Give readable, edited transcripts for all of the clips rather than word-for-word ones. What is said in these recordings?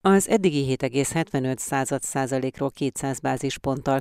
Az eddigi 7,75%-ról 200 bázisponttal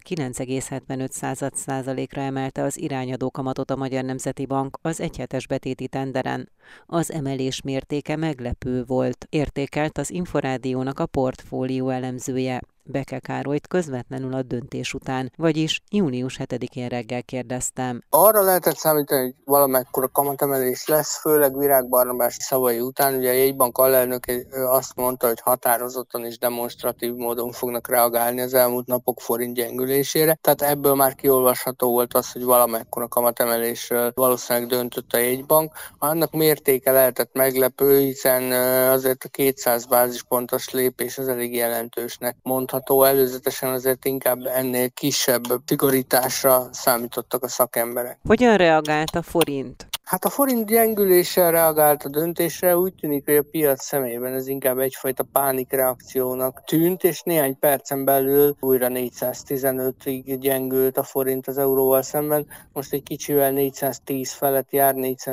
9,75%-ra emelte az irányadó kamatot a Magyar Nemzeti Bank az egyhetes betéti tenderen. Az emelés mértéke meglepő volt, értékelt az Inforádiónak a portfólió elemzője. Beke Károlyt közvetlenül a döntés után, vagyis június 7-én reggel kérdeztem. Arra lehetett számítani, hogy valamekkora kamatemelés lesz, főleg Virág Barnabás szavai után. Ugye a jegybank alelnök azt mondta, hogy határozottan és demonstratív módon fognak reagálni az elmúlt napok forint gyengülésére. Tehát ebből már kiolvasható volt az, hogy valamekkora kamatemelésről valószínűleg döntött a jegybank. Annak mértéke lehetett meglepő, hiszen azért a 200 bázispontos lépés az elég jelentősnek mondható. Előzetesen azért inkább ennél kisebb szigorításra számítottak a szakemberek. Hogyan reagált a forint? Hát a forint gyengüléssel reagált a döntésre, úgy tűnik, hogy a piac szemében ez inkább egyfajta pánikreakciónak tűnt, és néhány percen belül újra 415-ig gyengült a forint az euróval szemben. Most egy kicsivel 410 felett jár,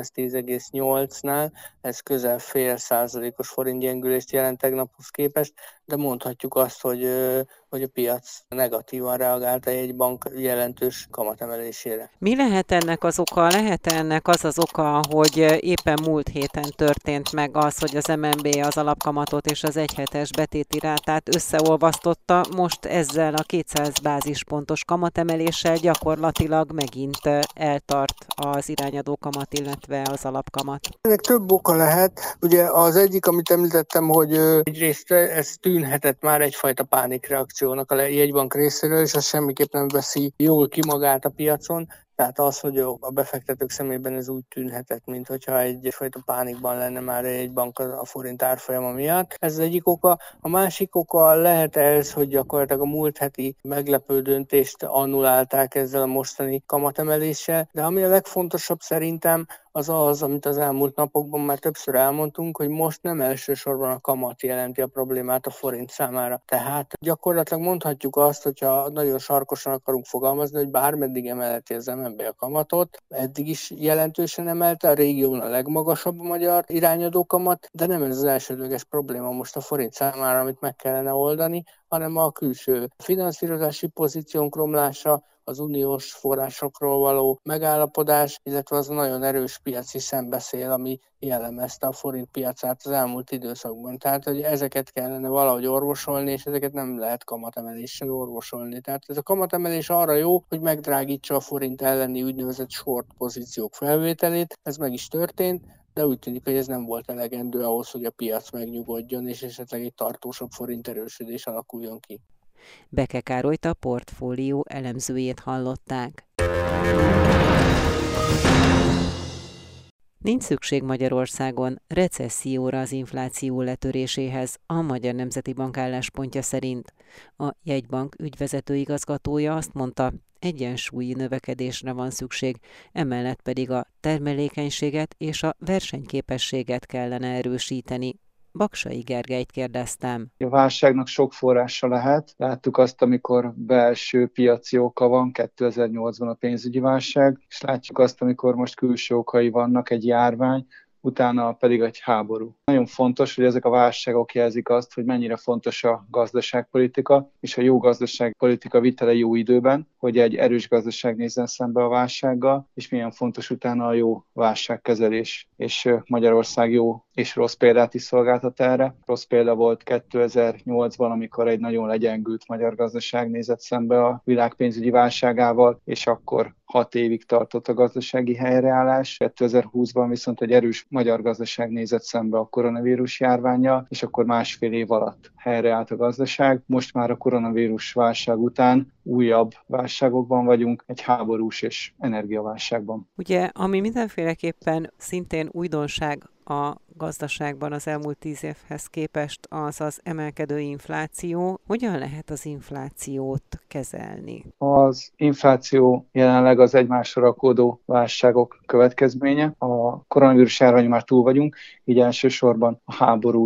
410,8-nál, ez közel 0,5%-os forint gyengülést jelent tegnaphoz képest, de mondhatjuk azt, hogy a piac negatívan reagált a jegybank jelentős kamatemelésére. Mi lehet ennek az oka? Lehet ennek az oka, hogy éppen múlt héten történt meg az, hogy az MNB az alapkamatot és az egyhetes betéti rátát összeolvasztotta, most ezzel a 200 bázispontos kamatemeléssel gyakorlatilag megint eltart az irányadó kamat, illetve az alapkamat. Ennek több oka lehet. Ugye az egyik, amit említettem, hogy egyrészt ez tűnhetett már egyfajta pánikreakciónak a jegybank részéről, és az semmiképp nem veszi jól ki magát a piacon. Tehát az, hogy a befektetők szemében ez úgy tűnhetett, mintha egyfajta pánikban lenne már egy bank a forint árfolyama miatt. Ez az egyik oka. A másik oka lehet ez, hogy gyakorlatilag a múlt heti meglepő döntést annulálták ezzel a mostani kamatemeléssel, de ami a legfontosabb szerintem, az, amit az elmúlt napokban már többször elmondtunk, hogy most nem elsősorban a kamat jelenti a problémát a forint számára. Tehát gyakorlatilag mondhatjuk azt, hogyha nagyon sarkosan akarunk fogalmazni, hogy bármeddig emelheti az MNB a kamatot, eddig is jelentősen emelte, a régión a legmagasabb a magyar irányadó kamat, de nem ez az elsődleges probléma most a forint számára, amit meg kellene oldani, hanem a külső finanszírozási pozíciónk romlása, az uniós forrásokról való megállapodás, illetve az a nagyon erős piaci szembeszél, ami jellemezte a forint piacát az elmúlt időszakban. Tehát, hogy ezeket kellene valahogy orvosolni, és ezeket nem lehet kamatemeléssel orvosolni. Tehát ez a kamatemelés arra jó, hogy megdrágítsa a forint elleni úgynevezett short pozíciók felvételét, ez meg is történt, de úgy tűnik, hogy ez nem volt elegendő ahhoz, hogy a piac megnyugodjon, és esetleg egy tartósabb forint erősödés alakuljon ki. Beke Károlyt, a portfólió elemzőjét hallották. Nincs szükség Magyarországon recesszióra az infláció letöréséhez, a Magyar Nemzeti Bank álláspontja szerint. A jegybank ügyvezető igazgatója azt mondta, egyensúlyi növekedésre van szükség, emellett pedig a termelékenységet és a versenyképességet kellene erősíteni. Baksay Gergelyt kérdeztem. A válságnak sok forrása lehet. Láttuk azt, amikor belső piaci oka van, 2008-ban a pénzügyi válság, és látjuk azt, amikor most külső okai vannak, egy járvány, utána pedig egy háború. Nagyon fontos, hogy ezek a válságok jelzik azt, hogy mennyire fontos a gazdaságpolitika, és a jó gazdaságpolitika vitele jó időben, hogy egy erős gazdaság nézzen szembe a válsággal, és milyen fontos utána a jó válságkezelés. És Magyarország jó és rossz példát is szolgáltat erre. Rossz példa volt 2008-ban, amikor egy nagyon legyengült magyar gazdaság nézett szembe a világ pénzügyi válságával, és akkor 6 évig tartott a gazdasági helyreállás. 2020-ban viszont egy erős magyar gazdaság nézett szembe a koronavírus járvánnyal, és akkor másfél év alatt helyreállt a gazdaság. Most már a koronavírus válság után újabb válságokban vagyunk, egy háborús és energiaválságban. Ugye, ami mindenféleképpen szintén újdonság a gazdaságban az elmúlt 10 évhez képest, az az emelkedő infláció. Hogyan lehet az inflációt kezelni? Az infláció jelenleg az egymásra rakódó válságok következménye. A koronavírus járványon már túl vagyunk, így elsősorban a háborús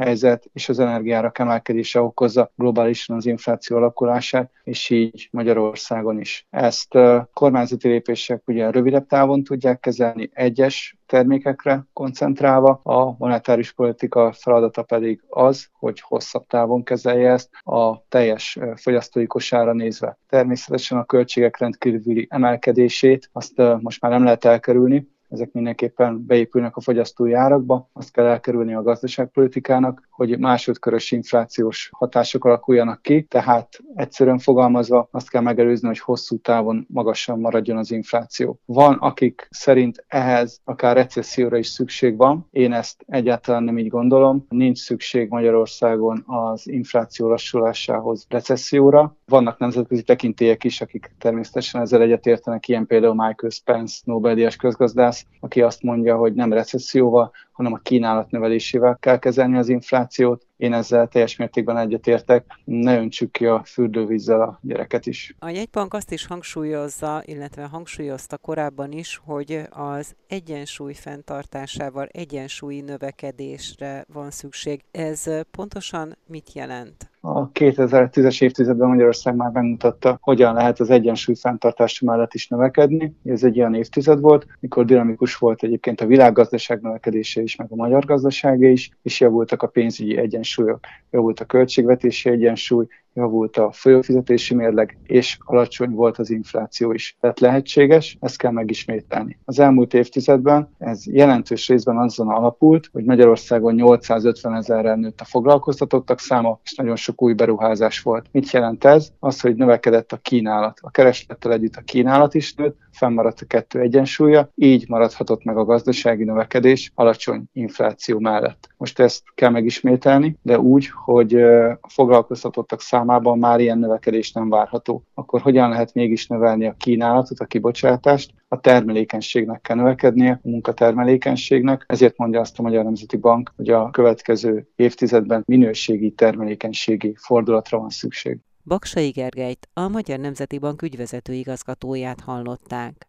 helyzet és az energiárak emelkedése okozza globálisan az infláció alakulását, és így Magyarországon is. Ezt kormányzati lépések ugye rövidebb távon tudják kezelni, egyes termékekre koncentrálva, a monetáris politika feladata pedig az, hogy hosszabb távon kezelje ezt a teljes fogyasztói kosárra nézve. Természetesen a költségek rendkívüli emelkedését azt most már nem lehet elkerülni, ezek mindenképpen beépülnek a fogyasztói árakba, azt kell elkerülni a gazdaságpolitikának, hogy másodkörös inflációs hatások alakuljanak ki, tehát egyszerűen fogalmazva azt kell megelőzni, hogy hosszú távon magasan maradjon az infláció. Van, akik szerint ehhez akár recesszióra is szükség van, én ezt egyáltalán nem így gondolom, nincs szükség Magyarországon az infláció lassulásához recesszióra. Vannak nemzetközi tekintélyek is, akik természetesen ezzel egyetértenek, ilyen például Michael Spence, Nobel-díjas közgazdász, aki azt mondja, hogy nem recesszióval, hanem a kínálat növelésével kell kezelni az inflációt. Én ezzel teljes mértékben egyetértek, ne öntsük ki a fürdővízzel a gyereket is. A jegybank azt is hangsúlyozza, illetve hangsúlyozta korábban is, hogy az egyensúly fenntartásával egyensúlyi növekedésre van szükség. Ez pontosan mit jelent? A 2010-es évtizedben Magyarország már megmutatta, hogyan lehet az egyensúly fenntartása mellett is növekedni. Ez egy olyan évtized volt, mikor dinamikus volt egyébként a világgazdaság növekedése is, meg a magyar gazdasága is, és javultak a pénzügyi egyensúlyok, javult a költségvetési egyensúly, javult a folyófizetési mérleg, és alacsony volt az infláció is. Tehát lehetséges, ezt kell megismételni. Az elmúlt évtizedben ez jelentős részben azon alapult, hogy Magyarországon 850 000-rel nőtt a foglalkoztatottak száma, és nagyon sok új beruházás volt. Mit jelent ez? Az, hogy növekedett a kínálat. A kereslettel együtt a kínálat is nőtt, fennmaradt a kettő egyensúlya, így maradhatott meg a gazdasági növekedés alacsony infláció mellett. Most ezt kell megismételni, de úgy, hogy a foglalkoztatottak számában már ilyen növekedés nem várható. Akkor hogyan lehet mégis növelni a kínálatot, a kibocsátást? A termelékenységnek kell növekednie, a munkatermelékenységnek. Ezért mondja azt a Magyar Nemzeti Bank, hogy a következő évtizedben minőségi termelékenységi fordulatra van szükség. Baksay Gergelyt, a Magyar Nemzeti Bank ügyvezető igazgatóját hallották.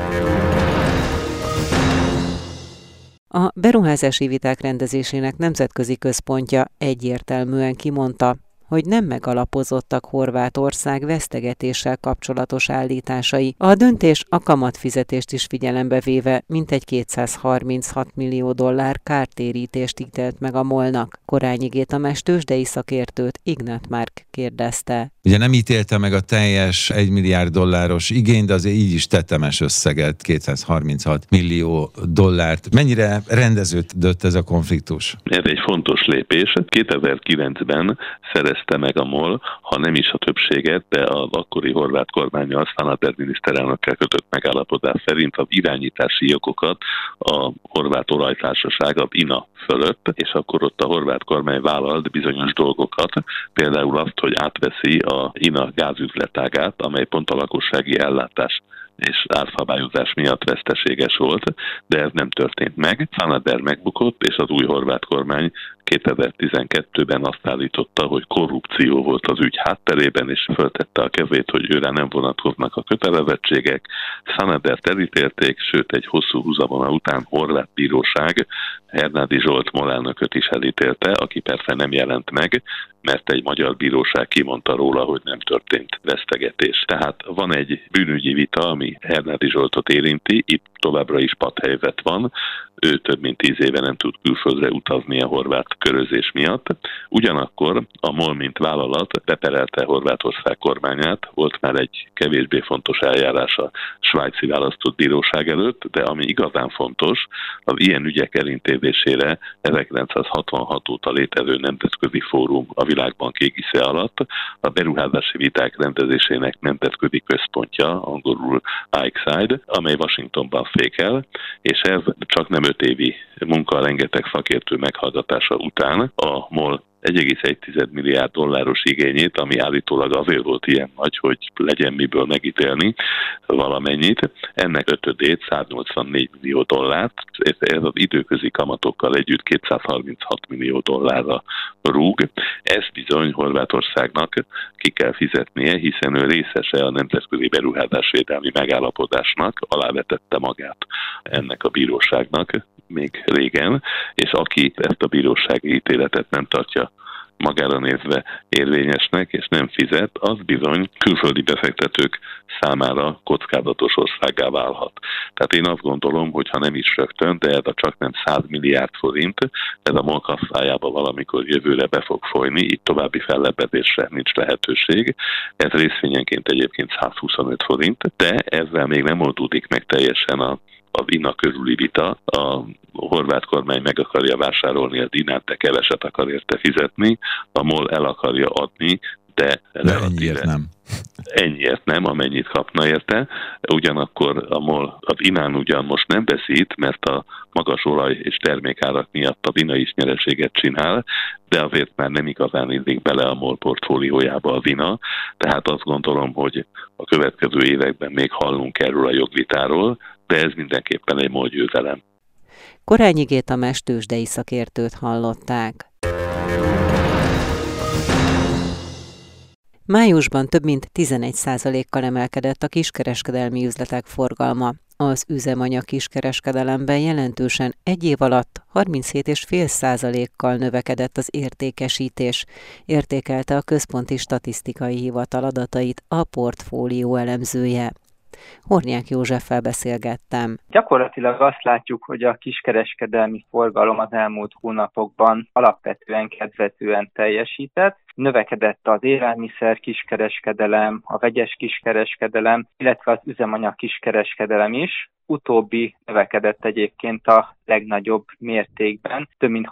A beruházási viták rendezésének nemzetközi központja egyértelműen kimondta, hogy nem megalapozottak Horvátország vesztegetéssel kapcsolatos állításai. A döntés a kamatfizetést is figyelembe véve mintegy $236 millió kártérítést ítélt meg a MOL-nak. Korányi G. Tamás tőzsdei szakértőt Ignat Márk kérdezte. Ugye nem ítélte meg a teljes $1 milliárd igényt, de azért így is tetemes összeget, $236 millió. Mennyire rendeződött ez a konfliktus? Ez egy fontos lépés. 2009-ben szerezte meg a MOL, ha nem is a többséget, de az akkori horvát kormánnyal, Sanader miniszterelnökkel kötött megállapodás szerint az irányítási jogokat a horvát olajtársaság, az INA fölött, és akkor ott a horvát kormány vállalt bizonyos dolgokat, például azt, hogy átveszi a INA gázüzletágát, amely pont a lakossági ellátás és árszabályozás miatt veszteséges volt, de ez nem történt meg. Sanader megbukott, és az új horvát kormány 2012-ben azt állította, hogy korrupció volt az ügy hátterében, és föltette a kezét, hogy őre nem vonatkoznak a kötelezettségek. Sanadert elítélték, sőt egy hosszú húzavona után horvát bíróság Hernádi Zsolt MOL elnököt is elítélte, aki persze nem jelent meg, mert egy magyar bíróság kimondta róla, hogy nem történt vesztegetés. Tehát van egy bűnügyi vita, ami Hernádi Zsoltot érinti, itt továbbra is padhelyzet van, ő több mint 10 éve nem tud külföldre utazni a horvát körözés miatt. Ugyanakkor a MOL, mint vállalat beperelte Horvátország kormányát, volt már egy kevésbé fontos eljárás a svájci választott bíróság előtt, de ami igazán fontos, az ilyen ügyek elintézésére 1966 óta létező nemzetközi fórum a Világbank égisze alatt a beruházási viták rendezésének nemzetközi központja, angolul ICSID, amely Washingtonban fékel, és ez csak nem 5 évi munka, rengeteg szakértő meghallgatása után a MOL $1,1 milliárd igényét, ami állítólag azért volt ilyen nagy, hogy legyen miből megítélni valamennyit. Ennek ötödét, $184 millió, ez az időközi kamatokkal együtt $236 millió rúg. Ezt bizony Horvátországnak ki kell fizetnie, hiszen ő részese a Nemzetközi Beruházásvédelmi Megállapodásnak, alávetette magát ennek a bíróságnak még régen, és aki ezt a bírósági ítéletet nem tartja magára nézve érvényesnek, és nem fizet, az bizony külföldi befektetők számára kockázatos országgá válhat. Tehát én azt gondolom, hogy ha nem is rögtön, de ez a csak nem 100 milliárd forint, ez a MOL kasszájába valamikor jövőre be fog folyni, itt további fellebbezésre nincs lehetőség. Ez részvényenként egyébként 125 forint, de ezzel még nem oldódik meg teljesen az INA körüli vita. A horvát kormány meg akarja vásárolni a dinát, de keveset akar érte fizetni, a MOL el akarja adni, de ennyiért nem, amennyit kapna érte. Ugyanakkor a MOL az INA-n ugyan most nem veszít, mert a magas olaj és termékárak miatt az INA is nyereséget csinál, de azért már nem igazán illik bele a MOL portfóliójába az INA, tehát azt gondolom, hogy a következő években még hallunk erről a jogvitáról, de ez mindenképpen egy MOL győzelem. Korányi G. Tamás tőzsdei szakértőt hallották. Májusban több mint 11%-kal emelkedett a kiskereskedelmi üzletek forgalma. Az üzemanyag kiskereskedelemben jelentősen egy év alatt 37,5%-kal növekedett az értékesítés, értékelte a Központi Statisztikai Hivatal adatait a portfólió elemzője. Hornyák Józseffel beszélgettem. Gyakorlatilag azt látjuk, hogy a kiskereskedelmi forgalom az elmúlt hónapokban alapvetően kedvezően teljesített. Növekedett az élelmiszer kiskereskedelem, a vegyes kiskereskedelem, illetve az üzemanyag kiskereskedelem is. Utóbbi növekedett egyébként a legnagyobb mértékben, több mint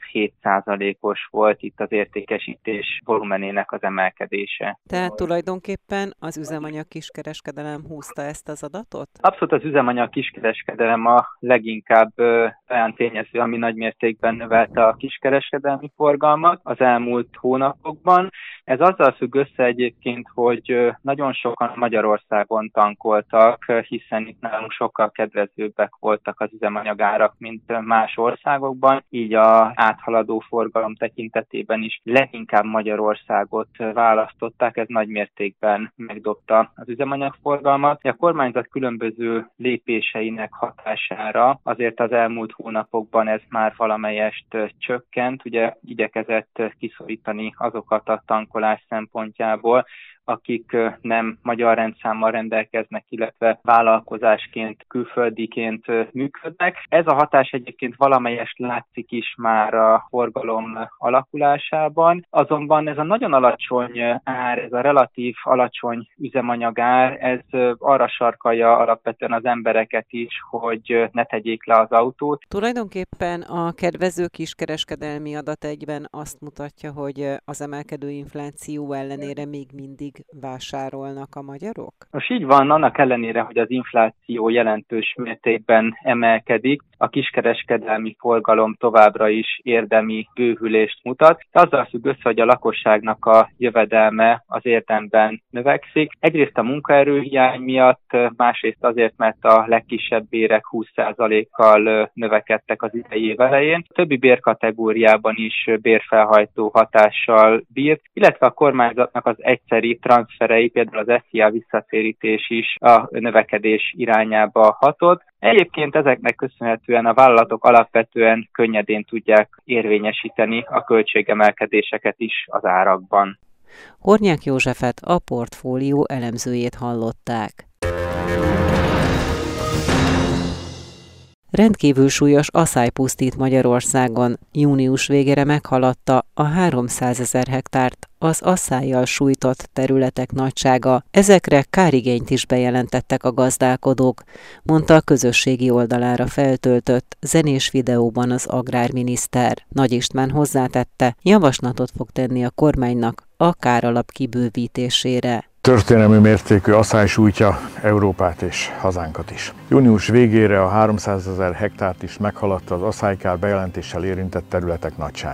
37%-os volt itt az értékesítés volumenének az emelkedése. Tehát tulajdonképpen az üzemanyag kiskereskedelem húzta ezt az adatot? Abszolút az üzemanyag kiskereskedelem a leginkább olyan tényező, ami nagy mértékben növelte a kiskereskedelmi forgalmat az elmúlt hónapokban. Ez azzal függ össze egyébként, hogy nagyon sokan Magyarországon tankoltak, hiszen itt nálunk sokkal kedvezőbbek voltak az üzemanyagárak, mint más országokban, így az áthaladó forgalom tekintetében is leginkább Magyarországot választották, ez nagy mértékben megdobta az üzemanyagforgalmat. A kormányzat különböző lépéseinek hatására azért az elmúlt hónapokban ez már valamelyest csökkent, ugye igyekezett kiszorítani azokat a tankolás szempontjából, akik nem magyar rendszámmal rendelkeznek, illetve vállalkozásként, külföldiként működnek. Ez a hatás egyébként valamelyest látszik is már a forgalom alakulásában, azonban ez a nagyon alacsony ár, ez a relatív alacsony üzemanyagár, ez arra sarkalja alapvetően az embereket is, hogy ne tegyék le az autót. Tulajdonképpen a kedvező kiskereskedelmi adat egyben azt mutatja, hogy az emelkedő infláció ellenére még mindig vásárolnak a magyarok? Most így van, annak ellenére, hogy az infláció jelentős mértékben emelkedik, a kiskereskedelmi forgalom továbbra is érdemi bővülést mutat. Azzal függ össze, hogy a lakosságnak a jövedelme az érdemben növekszik. Egyrészt a munkaerőhiány miatt, másrészt azért, mert a legkisebb bérek 20%-kal növekedtek az idei év elején. A többi bérkategóriában is bérfelhajtó hatással bírt, illetve a kormányzatnak az egyszeri transferei, például az SZIA visszatérítés is a növekedés irányába hatott. Egyébként ezeknek köszönhetően a vállalatok alapvetően könnyedén tudják érvényesíteni a költségemelkedéseket is az árakban. Hornyák Józsefet, a portfólió elemzőjét hallották. Rendkívül súlyos aszály pusztít Magyarországon. Június végére meghaladta a 300 000 hektárt az asszállyal sújtott területek nagysága. Ezekre kárigényt is bejelentettek a gazdálkodók, mondta a közösségi oldalára feltöltött zenés videóban az agrárminiszter. Nagy István hozzátette, javaslatot fog tenni a kormánynak a káralap kibővítésére. Történelmi mértékű aszály sújtja Európát és hazánkat is. Június végére a 300 000 hektárt is meghaladta az asszálykár bejelentéssel érintett területek nagysága.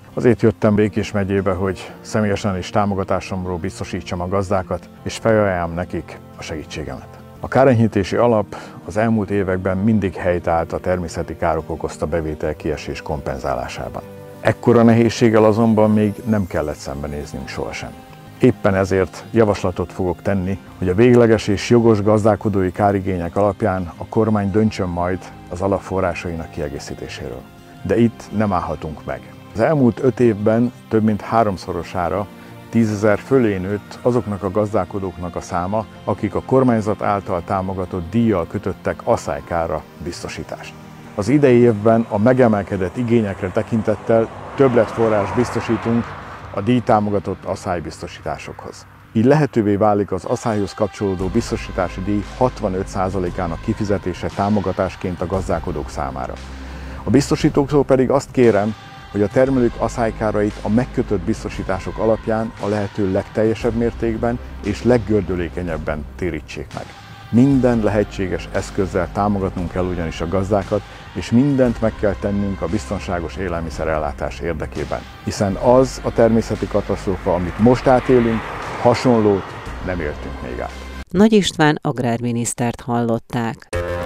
Azért jöttem Békés megyébe, hogy személyesen és támogatásomról biztosítsam a gazdákat, és felajánljam nekik a segítségemet. A kárenyhítési alap az elmúlt években mindig helytállt a természeti károk okozta bevétel kiesés kompenzálásában. Ekkora nehézséggel azonban még nem kellett szembenéznünk sohasem. Éppen ezért javaslatot fogok tenni, hogy a végleges és jogos gazdálkodói kárigények alapján a kormány döntsön majd az alapforrásainak kiegészítéséről. De itt nem állhatunk meg. Az elmúlt 5 évben több mint 3-szorosára 10 000 fölé nőtt azoknak a gazdálkodóknak a száma, akik a kormányzat által támogatott díjjal kötöttek aszálykára biztosítást. Az idei évben a megemelkedett igényekre tekintettel többletforrást biztosítunk a díjtámogatott aszálybiztosításokhoz. Így lehetővé válik az aszályhoz kapcsolódó biztosítási díj 65%-ának kifizetése támogatásként a gazdálkodók számára. A biztosítóktól pedig azt kérem, hogy a termelők aszálykárait a megkötött biztosítások alapján a lehető legteljesebb mértékben és leggördülékenyebben térítsék meg. Minden lehetséges eszközzel támogatnunk kell ugyanis a gazdákat, és mindent meg kell tennünk a biztonságos élelmiszerellátás érdekében. Hiszen az a természeti katasztrófa, amit most átélünk, hasonlót nem éltünk még át. Nagy István agrárminisztert hallották.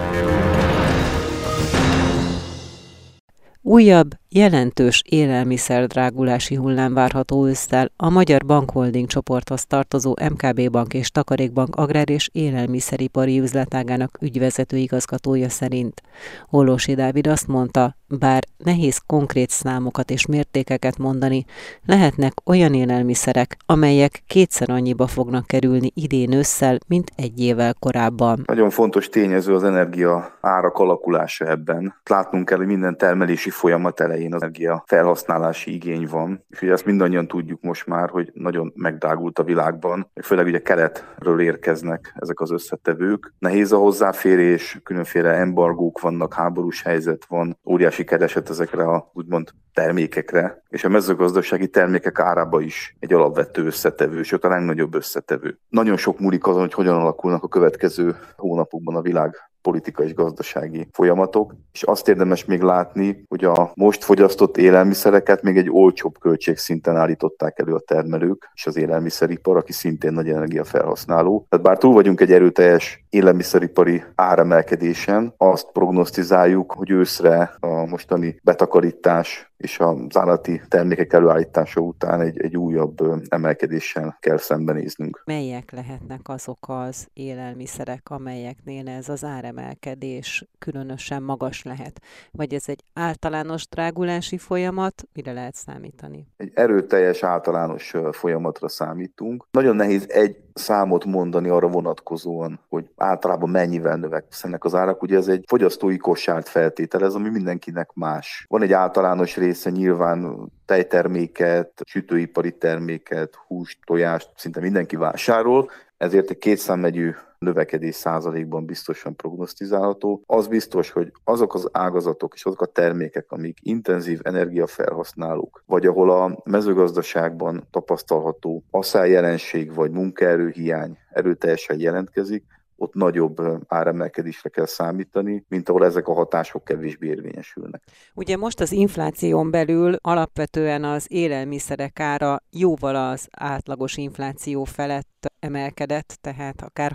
Újabb, jelentős élelmiszerdrágulási hullám várható ősszel a Magyar Bankholding csoporthoz tartozó MKB Bank és Takarékbank agrár- és élelmiszeripari üzletágának ügyvezető igazgatója szerint. Hollósi Dávid azt mondta, bár nehéz konkrét számokat és mértékeket mondani, lehetnek olyan élelmiszerek, amelyek 2-szer annyiba fognak kerülni idén ősszel, mint 1 évvel korábban. Nagyon fontos tényező az energia árak alakulása ebben. Látnunk kell, hogy minden termelési folyamat elején az energia felhasználási igény van. És ugye azt mindannyian tudjuk most már, hogy nagyon megdrágult a világban, főleg ugye keletről érkeznek ezek az összetevők. Nehéz a hozzáférés, különféle embargók vannak, háborús helyzet van, óriási kereset ezekre a úgymond termékekre, és a mezőgazdasági termékek árába is egy alapvető összetevő, sőt a legnagyobb összetevő. Nagyon sok múlik azon, hogy hogyan alakulnak a következő hónapokban a világ politika és gazdasági folyamatok, és azt érdemes még látni, hogy a most fogyasztott élelmiszereket még egy olcsóbb költségszinten állították elő a termelők és az élelmiszeripar, aki szintén nagy energiafelhasználó. Tehát bár túl vagyunk egy erőteljes élelmiszeripari áremelkedésen, azt prognosztizáljuk, hogy őszre a mostani betakarítás és az állati termékek előállítása után egy újabb emelkedéssel kell szembenéznünk. Melyek lehetnek azok az élelmiszerek, amelyeknél ez az áremelkedés különösen magas lehet? Vagy ez egy általános drágulási folyamat? Mire lehet számítani? Egy erőteljes általános folyamatra számítunk. Nagyon nehéz egy számot mondani arra vonatkozóan, hogy általában mennyivel növekszenek az árak. Ugye ez egy fogyasztói kosárt feltételez, ami mindenkinek más. Van egy általános része nyilván tejterméket, sütőipari terméket, húst, tojást, szinte mindenki vásárol, ezért egy 2 számjegyű növekedés százalékban biztosan prognosztizálható. Az biztos, hogy azok az ágazatok és azok a termékek, amik intenzív energiafelhasználók, vagy ahol a mezőgazdaságban tapasztalható aszályjelenség vagy munkaerőhiány erőteljesen jelentkezik, ott nagyobb áremelkedésre kell számítani, mint ahol ezek a hatások kevésbé érvényesülnek. Ugye most az infláción belül alapvetően az élelmiszerek ára jóval az átlagos infláció felett emelkedett, tehát akár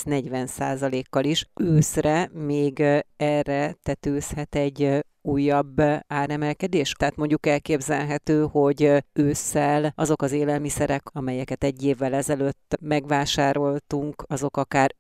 30-40%-kal is. Őszre még erre tetőzhet egy újabb áremelkedés? Tehát mondjuk elképzelhető, hogy ősszel azok az élelmiszerek, amelyeket 1 évvel ezelőtt megvásároltunk, azok akár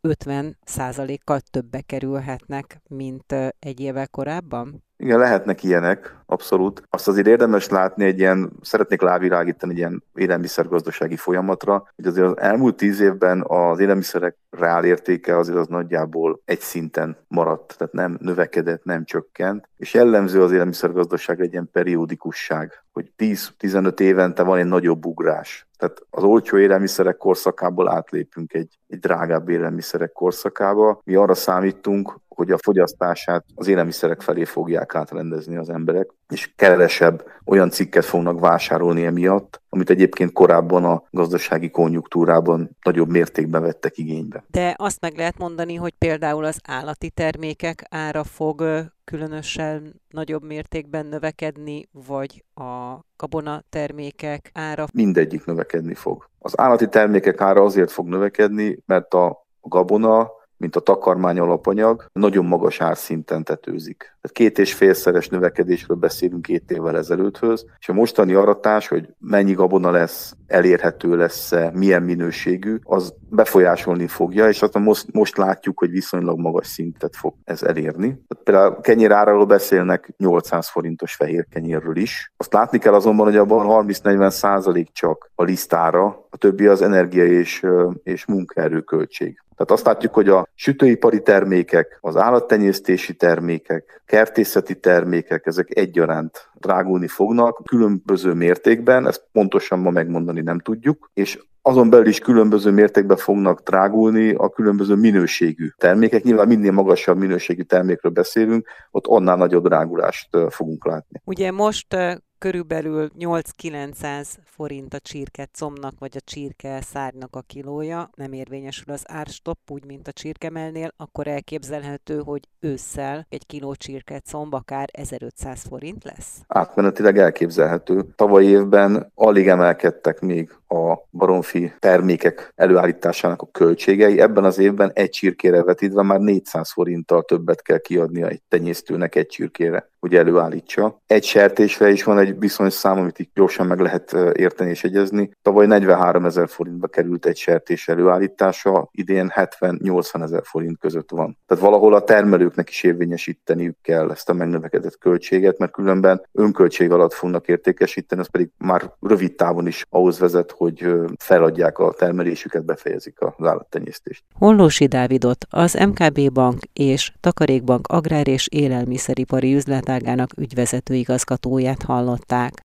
50%-kal többe kerülhetnek, mint 1 évvel korábban? Igen, lehetnek ilyenek, abszolút. Azt azért érdemes látni szeretnék rávilágítani egy ilyen élelmiszergazdasági folyamatra, hogy azért az elmúlt 10 évben az élelmiszerek reál értéke azért az nagyjából egy szinten maradt, tehát nem növekedett, nem csökkent, és jellemző az élelmiszergazdaságra egy ilyen periódikusság, hogy 10-15 évente van egy nagyobb ugrás. Tehát az olcsó élelmiszerek korszakából átlépünk egy drágább élelmiszerek korszakába. Mi arra számítunk, hogy a fogyasztását az élelmiszerek felé fogják átrendezni az emberek, és kevesebb olyan cikket fognak vásárolni emiatt, amit egyébként korábban a gazdasági konjunktúrában nagyobb mértékben vettek igénybe. De azt meg lehet mondani, hogy például az állati termékek ára fog különösen nagyobb mértékben növekedni, vagy a gabonatermékek ára? Mindegyik növekedni fog. Az állati termékek ára azért fog növekedni, mert a gabona, mint a takarmány alapanyag, nagyon magas árszinten tetőzik. Tehát 2,5-szeres növekedésről beszélünk 2 évvel ezelőtthöz, és a mostani aratás, hogy mennyi gabona lesz, elérhető lesz-e, milyen minőségű, az befolyásolni fogja, és azt most látjuk, hogy viszonylag magas szintet fog ez elérni. Tehát például kenyéráráról beszélnek 800 forintos fehér kenyérről is. Azt látni kell azonban, hogy abban 30-40% csak a lisztára, a többi az energia és munkaerőköltség. Tehát azt látjuk, hogy a sütőipari termékek, az állattenyésztési termékek, kertészeti termékek, ezek egyaránt drágulni fognak, különböző mértékben, ezt pontosan ma megmondani nem tudjuk, és azon belül is különböző mértékben fognak drágulni a különböző minőségű termékek. Nyilván minél magasabb minőségű termékről beszélünk, ott annál nagyobb drágulást fogunk látni. Ugye most körülbelül 8-900 forint a csirkecomnak, vagy a csirkeszárnynak a kilója, nem érvényesül az árstopp, úgy, mint a csirkemelnél, akkor elképzelhető, hogy ősszel egy kiló csirkecomb akár 1500 forint lesz? Átmenetileg elképzelhető. Tavaly évben alig emelkedtek még a baromfi termékek előállításának a költségei. Ebben az évben egy csirkére vetítve már 400 forinttal többet kell kiadnia egy tenyésztőnek egy csirkére, hogy előállítsa. Egy sertésre is van egy viszonyszám, amit így gyorsan meg lehet érteni és egyezni. Tavaly 43 000 forintba került egy sertés előállítása, idén 70-80 000 forint között van. Tehát valahol a termelőknek is érvényesíteniük kell ezt a megnövekedett költséget, mert különben önköltség alatt fognak értékesíteni, az pedig már rövid távon is ahhoz vezet, hogy feladják a termelésüket, befejezik az állattenyésztést. Hollósy Dávidot, az MKB Bank és Takarékbank agrár- és élelmiszeripari üzletágának ügyvezető igazgatóját hallották.